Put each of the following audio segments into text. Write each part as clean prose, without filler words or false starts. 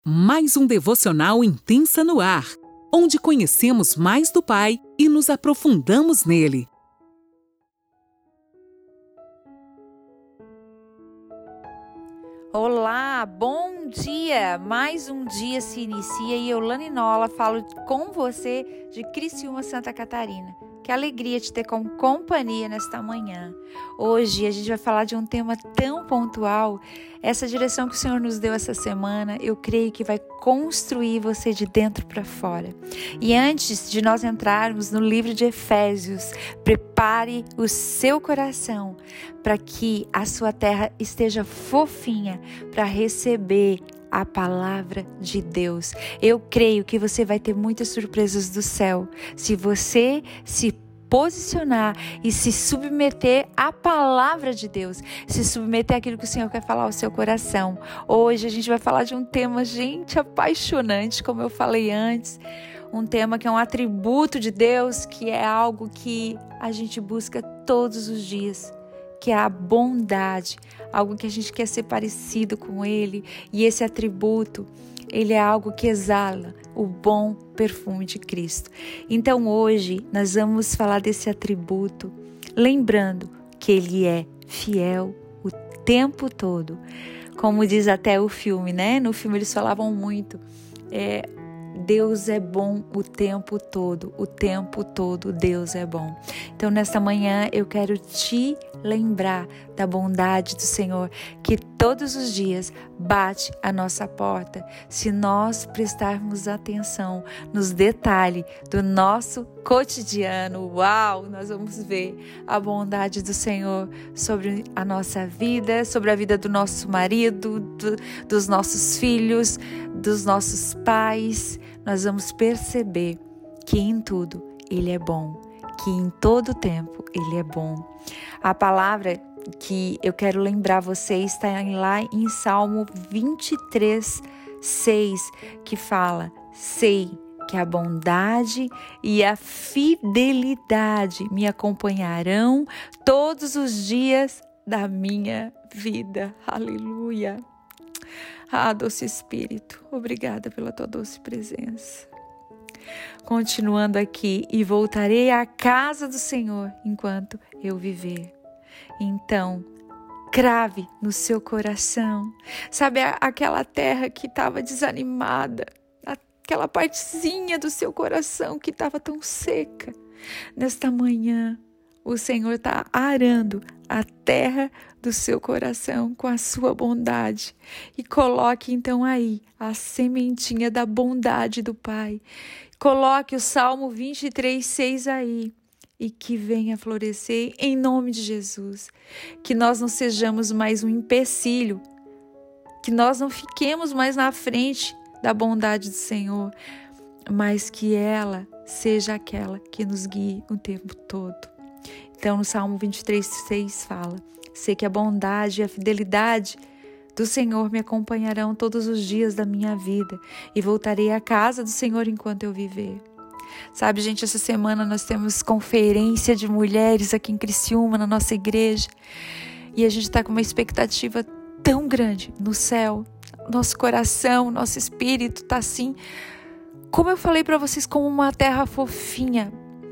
Mais um devocional Intensa no Ar, onde conhecemos mais do Pai e nos aprofundamos nele. Olá, bom dia! Mais um dia se inicia e eu, Lani Nola, falo com você de Criciúma, Santa Catarina. Que alegria te ter como companhia nesta manhã. Hoje a gente vai falar de um tema tão pontual. Essa direção que o Senhor nos deu essa semana, eu creio que vai construir você de dentro para fora. E antes de nós entrarmos no livro de Efésios, prepare o seu coração para que a sua terra esteja fofinha para receber a palavra de Deus. Eu creio que você vai ter muitas surpresas do céu se você se posicionar e se submeter à palavra de Deus, se submeter àquilo que o Senhor quer falar ao seu coração. Hoje a gente vai falar de um tema, gente, apaixonante, como eu falei antes, um tema que é um atributo de Deus, que é algo que a gente busca todos os dias, que é a bondade, algo que a gente quer ser parecido com Ele, e esse atributo, ele é algo que exala o bom perfume de Cristo. Então hoje nós vamos falar desse atributo, lembrando que Ele é fiel o tempo todo. Como diz até o filme, né? No filme eles falavam muito, Deus é bom o tempo todo Deus é bom. Então nesta manhã eu quero te lembrar da bondade do Senhor, que todos os dias bate à nossa porta, se nós prestarmos atenção nos detalhes do nosso cotidiano. Uau! Nós vamos ver a bondade do Senhor sobre a nossa vida, sobre a vida do nosso marido, dos nossos filhos, dos nossos pais. Nós vamos perceber que em tudo Ele é bom, que em todo tempo Ele é bom. A palavra que eu quero lembrar vocês está lá em Salmo 23, 6, que fala: sei que a bondade e a fidelidade me acompanharão todos os dias da minha vida. Aleluia! Ah, doce Espírito, obrigada pela tua doce presença. Continuando aqui, e voltarei à casa do Senhor enquanto eu viver. Então, crave no seu coração, sabe, aquela terra que estava desanimada, aquela partezinha do seu coração que estava tão seca. Nesta manhã, o Senhor está arando a terra do seu coração com a sua bondade. E coloque então aí a sementinha da bondade do Pai. Coloque o Salmo 23, 6 aí. E que venha florescer em nome de Jesus. Que nós não sejamos mais um empecilho. Que nós não fiquemos mais na frente da bondade do Senhor. Mas que ela seja aquela que nos guie o tempo todo. Então, no Salmo 23, 6 fala: sei que a bondade e a fidelidade do Senhor me acompanharão todos os dias da minha vida e voltarei à casa do Senhor enquanto eu viver. Sabe, gente, essa semana nós temos conferência de mulheres aqui em Criciúma, na nossa igreja, e a gente está com uma expectativa tão grande no céu. Nosso coração, nosso espírito está assim, como eu falei para vocês, como uma terra fofinha,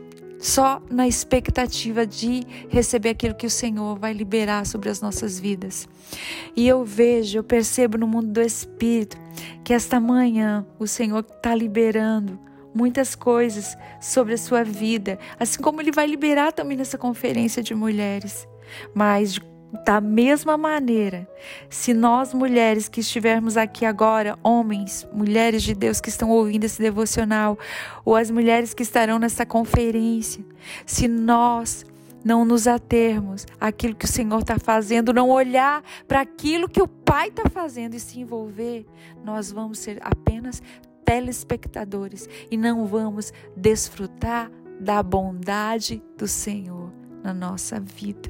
só na expectativa de receber aquilo que o Senhor vai liberar sobre as nossas vidas. E eu percebo no mundo do Espírito que esta manhã o Senhor está liberando muitas coisas sobre a sua vida, assim como Ele vai liberar também nessa conferência de mulheres. Mas da mesma maneira, se nós mulheres que estivermos aqui agora, homens, mulheres de Deus que estão ouvindo esse devocional, ou as mulheres que estarão nessa conferência, se nós não nos atermos àquilo que o Senhor está fazendo, não olhar para aquilo que o Pai está fazendo e se envolver, nós vamos ser apenas telespectadores e não vamos desfrutar da bondade do Senhor na nossa vida.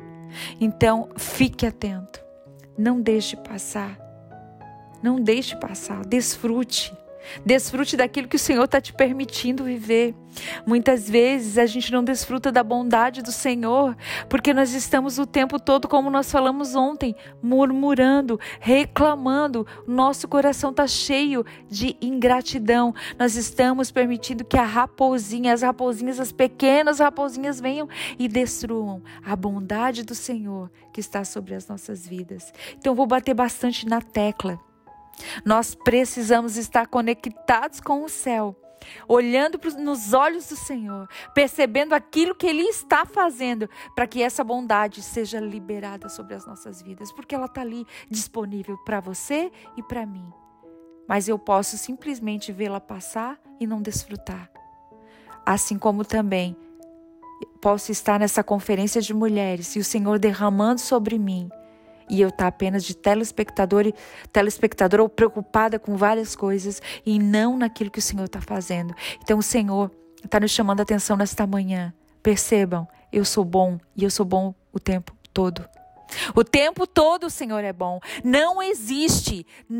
Então, fique atento, não deixe passar, desfrute, Desfrute daquilo que o Senhor está te permitindo viver. Muitas vezes a gente não desfruta da bondade do Senhor, porque nós estamos o tempo todo, como nós falamos ontem, murmurando, reclamando. Nosso coração está cheio de ingratidão. Nós estamos permitindo que as raposinhas, as pequenas raposinhas venham e destruam a bondade do Senhor que está sobre as nossas vidas. Então vou bater bastante na tecla. Nós precisamos estar conectados com o céu, olhando nos olhos do Senhor, percebendo aquilo que Ele está fazendo, para que essa bondade seja liberada sobre as nossas vidas, porque ela está ali disponível para você e para mim. Mas eu posso simplesmente vê-la passar e não desfrutar. Assim como também posso estar nessa conferência de mulheres e o Senhor derramando sobre mim, e eu estar apenas de telespectadora ou preocupada com várias coisas e não naquilo que o Senhor está fazendo. Então o Senhor está nos chamando a atenção nesta manhã. Percebam, eu sou bom e eu sou bom o tempo todo. O tempo todo o Senhor é bom. Não existe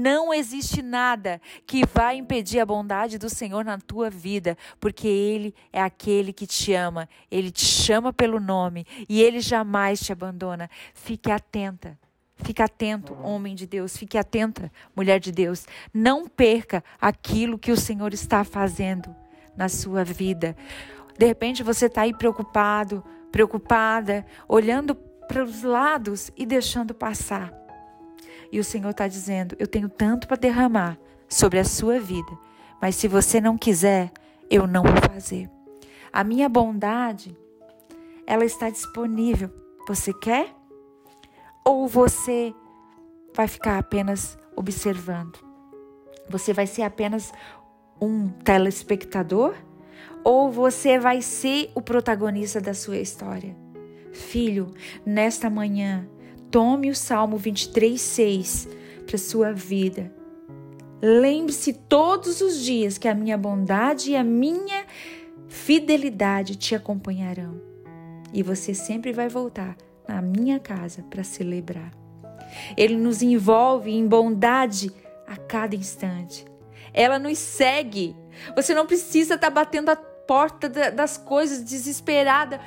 nada que vai impedir a bondade do Senhor na tua vida, porque Ele é aquele que te ama. Ele te chama pelo nome e Ele jamais te abandona. Fique atenta. Fique atento, homem de Deus. Fique atenta, mulher de Deus. Não perca aquilo que o Senhor está fazendo na sua vida. De repente você está aí preocupado, preocupada, olhando para os lados e deixando passar. E o Senhor está dizendo, eu tenho tanto para derramar sobre a sua vida, mas se você não quiser, eu não vou fazer. A minha bondade, ela está disponível. Você quer? Ou você vai ficar apenas observando? Você vai ser apenas um telespectador? Ou você vai ser o protagonista da sua história? Filho, nesta manhã, tome o Salmo 23:6 para a sua vida. Lembre-se todos os dias que a minha bondade e a minha fidelidade te acompanharão. E você sempre vai voltar na minha casa para celebrar. Ele nos envolve em bondade a cada instante. Ela nos segue. Você não precisa estar batendo a porta das coisas desesperado,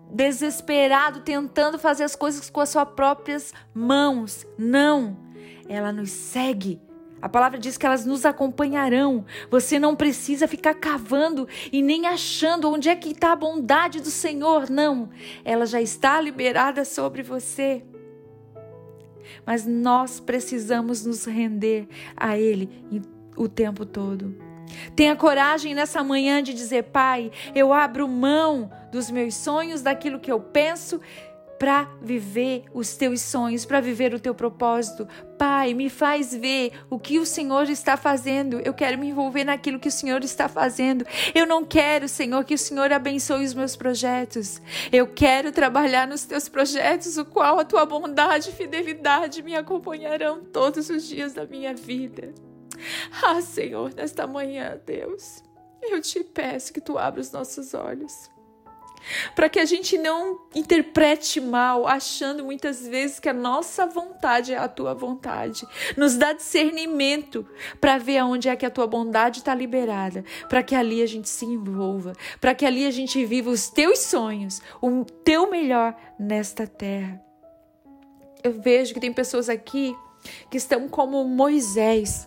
tentando fazer as coisas com as suas próprias mãos. Não. Ela nos segue. A palavra diz que elas nos acompanharão. Você não precisa ficar cavando e nem achando onde é que está a bondade do Senhor. Não, ela já está liberada sobre você. Mas nós precisamos nos render a Ele o tempo todo. Tenha coragem nessa manhã de dizer, Pai, eu abro mão dos meus sonhos, daquilo que eu penso, para viver os teus sonhos, para viver o teu propósito. Pai, me faz ver o que o Senhor está fazendo. Eu quero me envolver naquilo que o Senhor está fazendo. Eu não quero, Senhor, que o Senhor abençoe os meus projetos. Eu quero trabalhar nos teus projetos, o qual a tua bondade e fidelidade me acompanharão todos os dias da minha vida. Ah, Senhor, nesta manhã, Deus, eu te peço que tu abra os nossos olhos, para que a gente não interprete mal, achando muitas vezes que a nossa vontade é a tua vontade. Nos dá discernimento para ver aonde é que a tua bondade está liberada, para que ali a gente se envolva, para que ali a gente viva os teus sonhos, o teu melhor nesta terra. Eu vejo que tem pessoas aqui que estão como Moisés,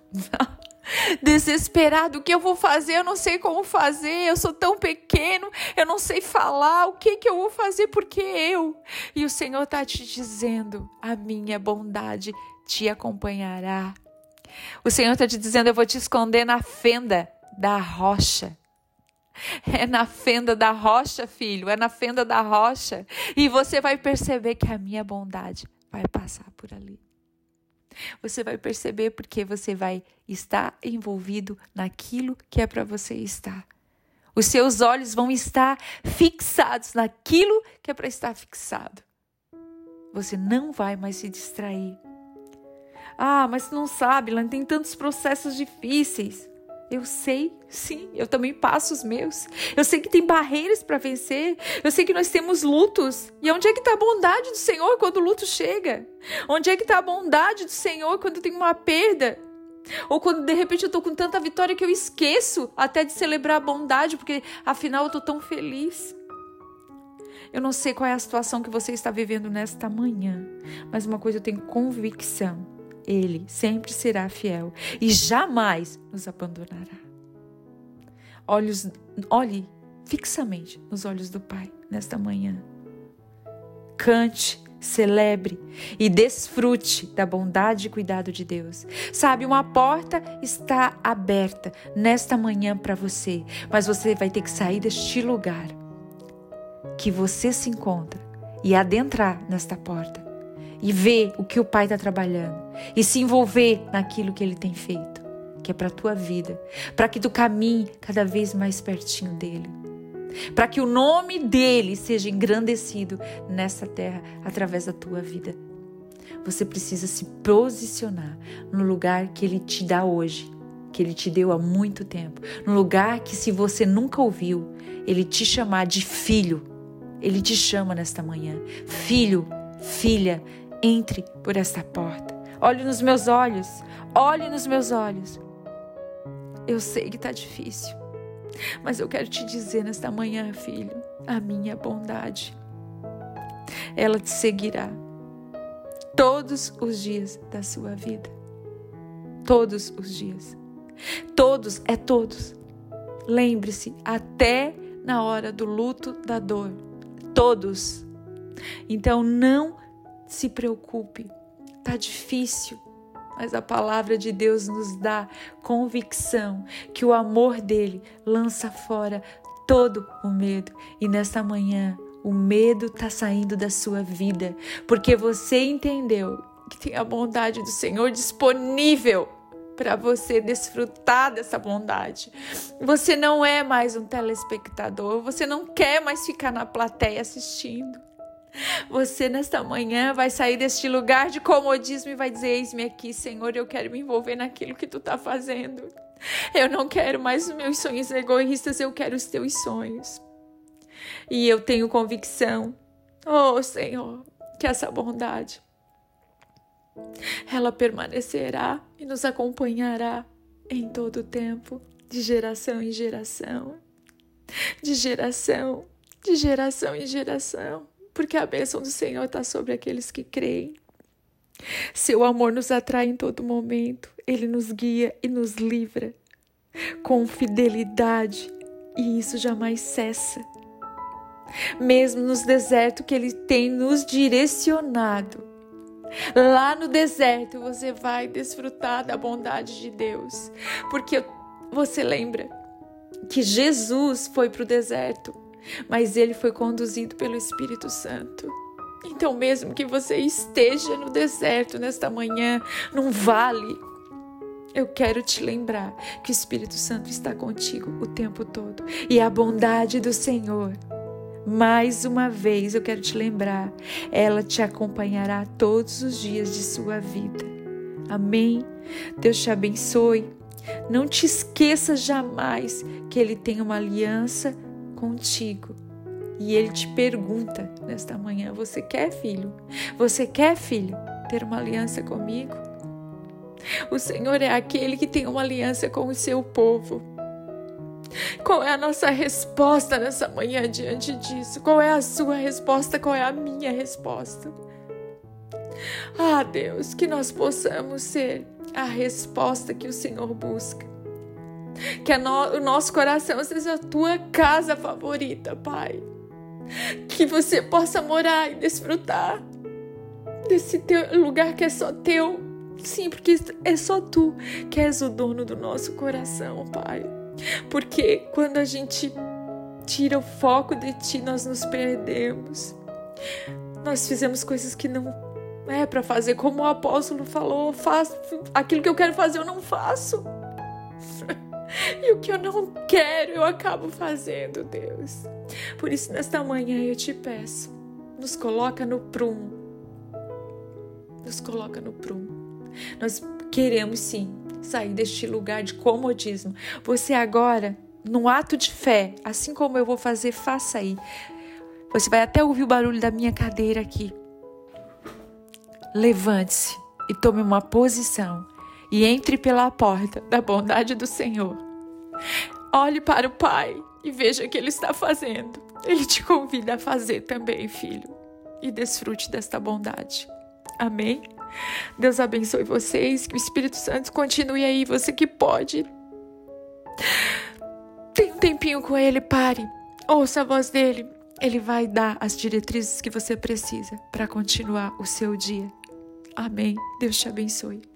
desesperado. O que eu vou fazer? Eu não sei como fazer. Eu sou tão pequeno. Eu não sei falar. O que eu vou fazer? Porque eu. E o Senhor está te dizendo: a minha bondade te acompanhará. O Senhor está te dizendo: eu vou te esconder na fenda da rocha. É na fenda da rocha, filho. É na fenda da rocha. E você vai perceber que a minha bondade vai passar por ali. Você vai perceber porque você vai estar envolvido naquilo que é para você estar. Os seus olhos vão estar fixados naquilo que é para estar fixado. Você não vai mais se distrair. Ah, mas não sabe, Lani, tem tantos processos difíceis. Eu sei, sim, eu também passo os meus. Eu sei que tem barreiras para vencer. Eu sei que nós temos lutos. E onde é que está a bondade do Senhor quando o luto chega? Onde é que está a bondade do Senhor quando tem uma perda? Ou quando de repente eu tô com tanta vitória que eu esqueço até de celebrar a bondade, porque afinal eu tô tão feliz. Eu não sei qual é a situação que você está vivendo nesta manhã, mas uma coisa eu tenho convicção: Ele sempre será fiel e jamais nos abandonará. Olhe fixamente nos olhos do Pai nesta manhã. Cante, celebre e desfrute da bondade e cuidado de Deus. Sabe, uma porta está aberta nesta manhã para você, mas você vai ter que sair deste lugar que você se encontra e adentrar nesta porta e ver o que o Pai está trabalhando e se envolver naquilo que Ele tem feito, que é para a tua vida, para que tu caminhe cada vez mais pertinho dEle, para que o nome dEle seja engrandecido nessa terra através da tua vida. Você precisa se posicionar no lugar que Ele te dá hoje, que Ele te deu há muito tempo, no lugar que, se você nunca ouviu, Ele te chamar de filho. Ele te chama nesta manhã: filho, filha, entre por esta porta. Olhe nos meus olhos, olhe nos meus olhos. Eu sei que está difícil, mas eu quero te dizer nesta manhã, filho, a minha bondade, ela te seguirá todos os dias da sua vida. Todos os dias. Todos é todos. Lembre-se, até na hora do luto, da dor. Todos. Então não se preocupe. Tá difícil, mas a palavra de Deus nos dá convicção que o amor dele lança fora todo o medo. E nesta manhã, o medo está saindo da sua vida, porque você entendeu que tem a bondade do Senhor disponível para você desfrutar dessa bondade. Você não é mais um telespectador, você não quer mais ficar na plateia assistindo. Você nesta manhã vai sair deste lugar de comodismo e vai dizer: eis-me aqui, Senhor, eu quero me envolver naquilo que tu está fazendo. Eu não quero mais os meus sonhos egoístas, eu quero os teus sonhos. E eu tenho convicção, oh Senhor, que essa bondade, ela permanecerá e nos acompanhará em todo o tempo, de geração em geração, de geração em geração, porque a bênção do Senhor está sobre aqueles que creem. Seu amor nos atrai em todo momento, Ele nos guia e nos livra com fidelidade, e isso jamais cessa. Mesmo nos desertos que Ele tem nos direcionado, lá no deserto você vai desfrutar da bondade de Deus, porque você lembra que Jesus foi para o deserto, mas Ele foi conduzido pelo Espírito Santo. Então, mesmo que você esteja no deserto nesta manhã, num vale, eu quero te lembrar que o Espírito Santo está contigo o tempo todo. E a bondade do Senhor, mais uma vez eu quero te lembrar, ela te acompanhará todos os dias de sua vida. Amém? Deus te abençoe. Não te esqueça jamais que Ele tem uma aliança contigo. E Ele te pergunta nesta manhã: você quer, filho? Você quer, filho, ter uma aliança comigo? O Senhor é aquele que tem uma aliança com o seu povo. Qual é a nossa resposta nessa manhã diante disso? Qual é a sua resposta? Qual é a minha resposta? Ah, Deus, que nós possamos ser a resposta que o Senhor busca. Que o nosso coração seja a tua casa favorita, Pai. Que você possa morar e desfrutar desse teu lugar que é só teu. Sim, porque é só tu que és o dono do nosso coração, Pai. Porque quando a gente tira o foco de ti, nós nos perdemos. Nós fizemos coisas que não é para fazer, como o apóstolo falou: faço aquilo que eu quero fazer, eu não faço. E o que eu não quero, eu acabo fazendo, Deus. Por isso, nesta manhã eu te peço, nos coloca no prumo. Nos coloca no prumo. Nós queremos sim sair deste lugar de comodismo. Você agora, num ato de fé, assim como eu vou fazer, faça aí. Você vai até ouvir o barulho da minha cadeira aqui. Levante-se e tome uma posição e entre pela porta da bondade do Senhor. Olhe para o Pai e veja o que Ele está fazendo. Ele te convida a fazer também, filho, e desfrute desta bondade. Amém? Deus abençoe vocês, que o Espírito Santo continue aí, você que pode. Tem um tempinho com Ele, pare, ouça a voz dEle. Ele vai dar as diretrizes que você precisa para continuar o seu dia. Amém? Deus te abençoe.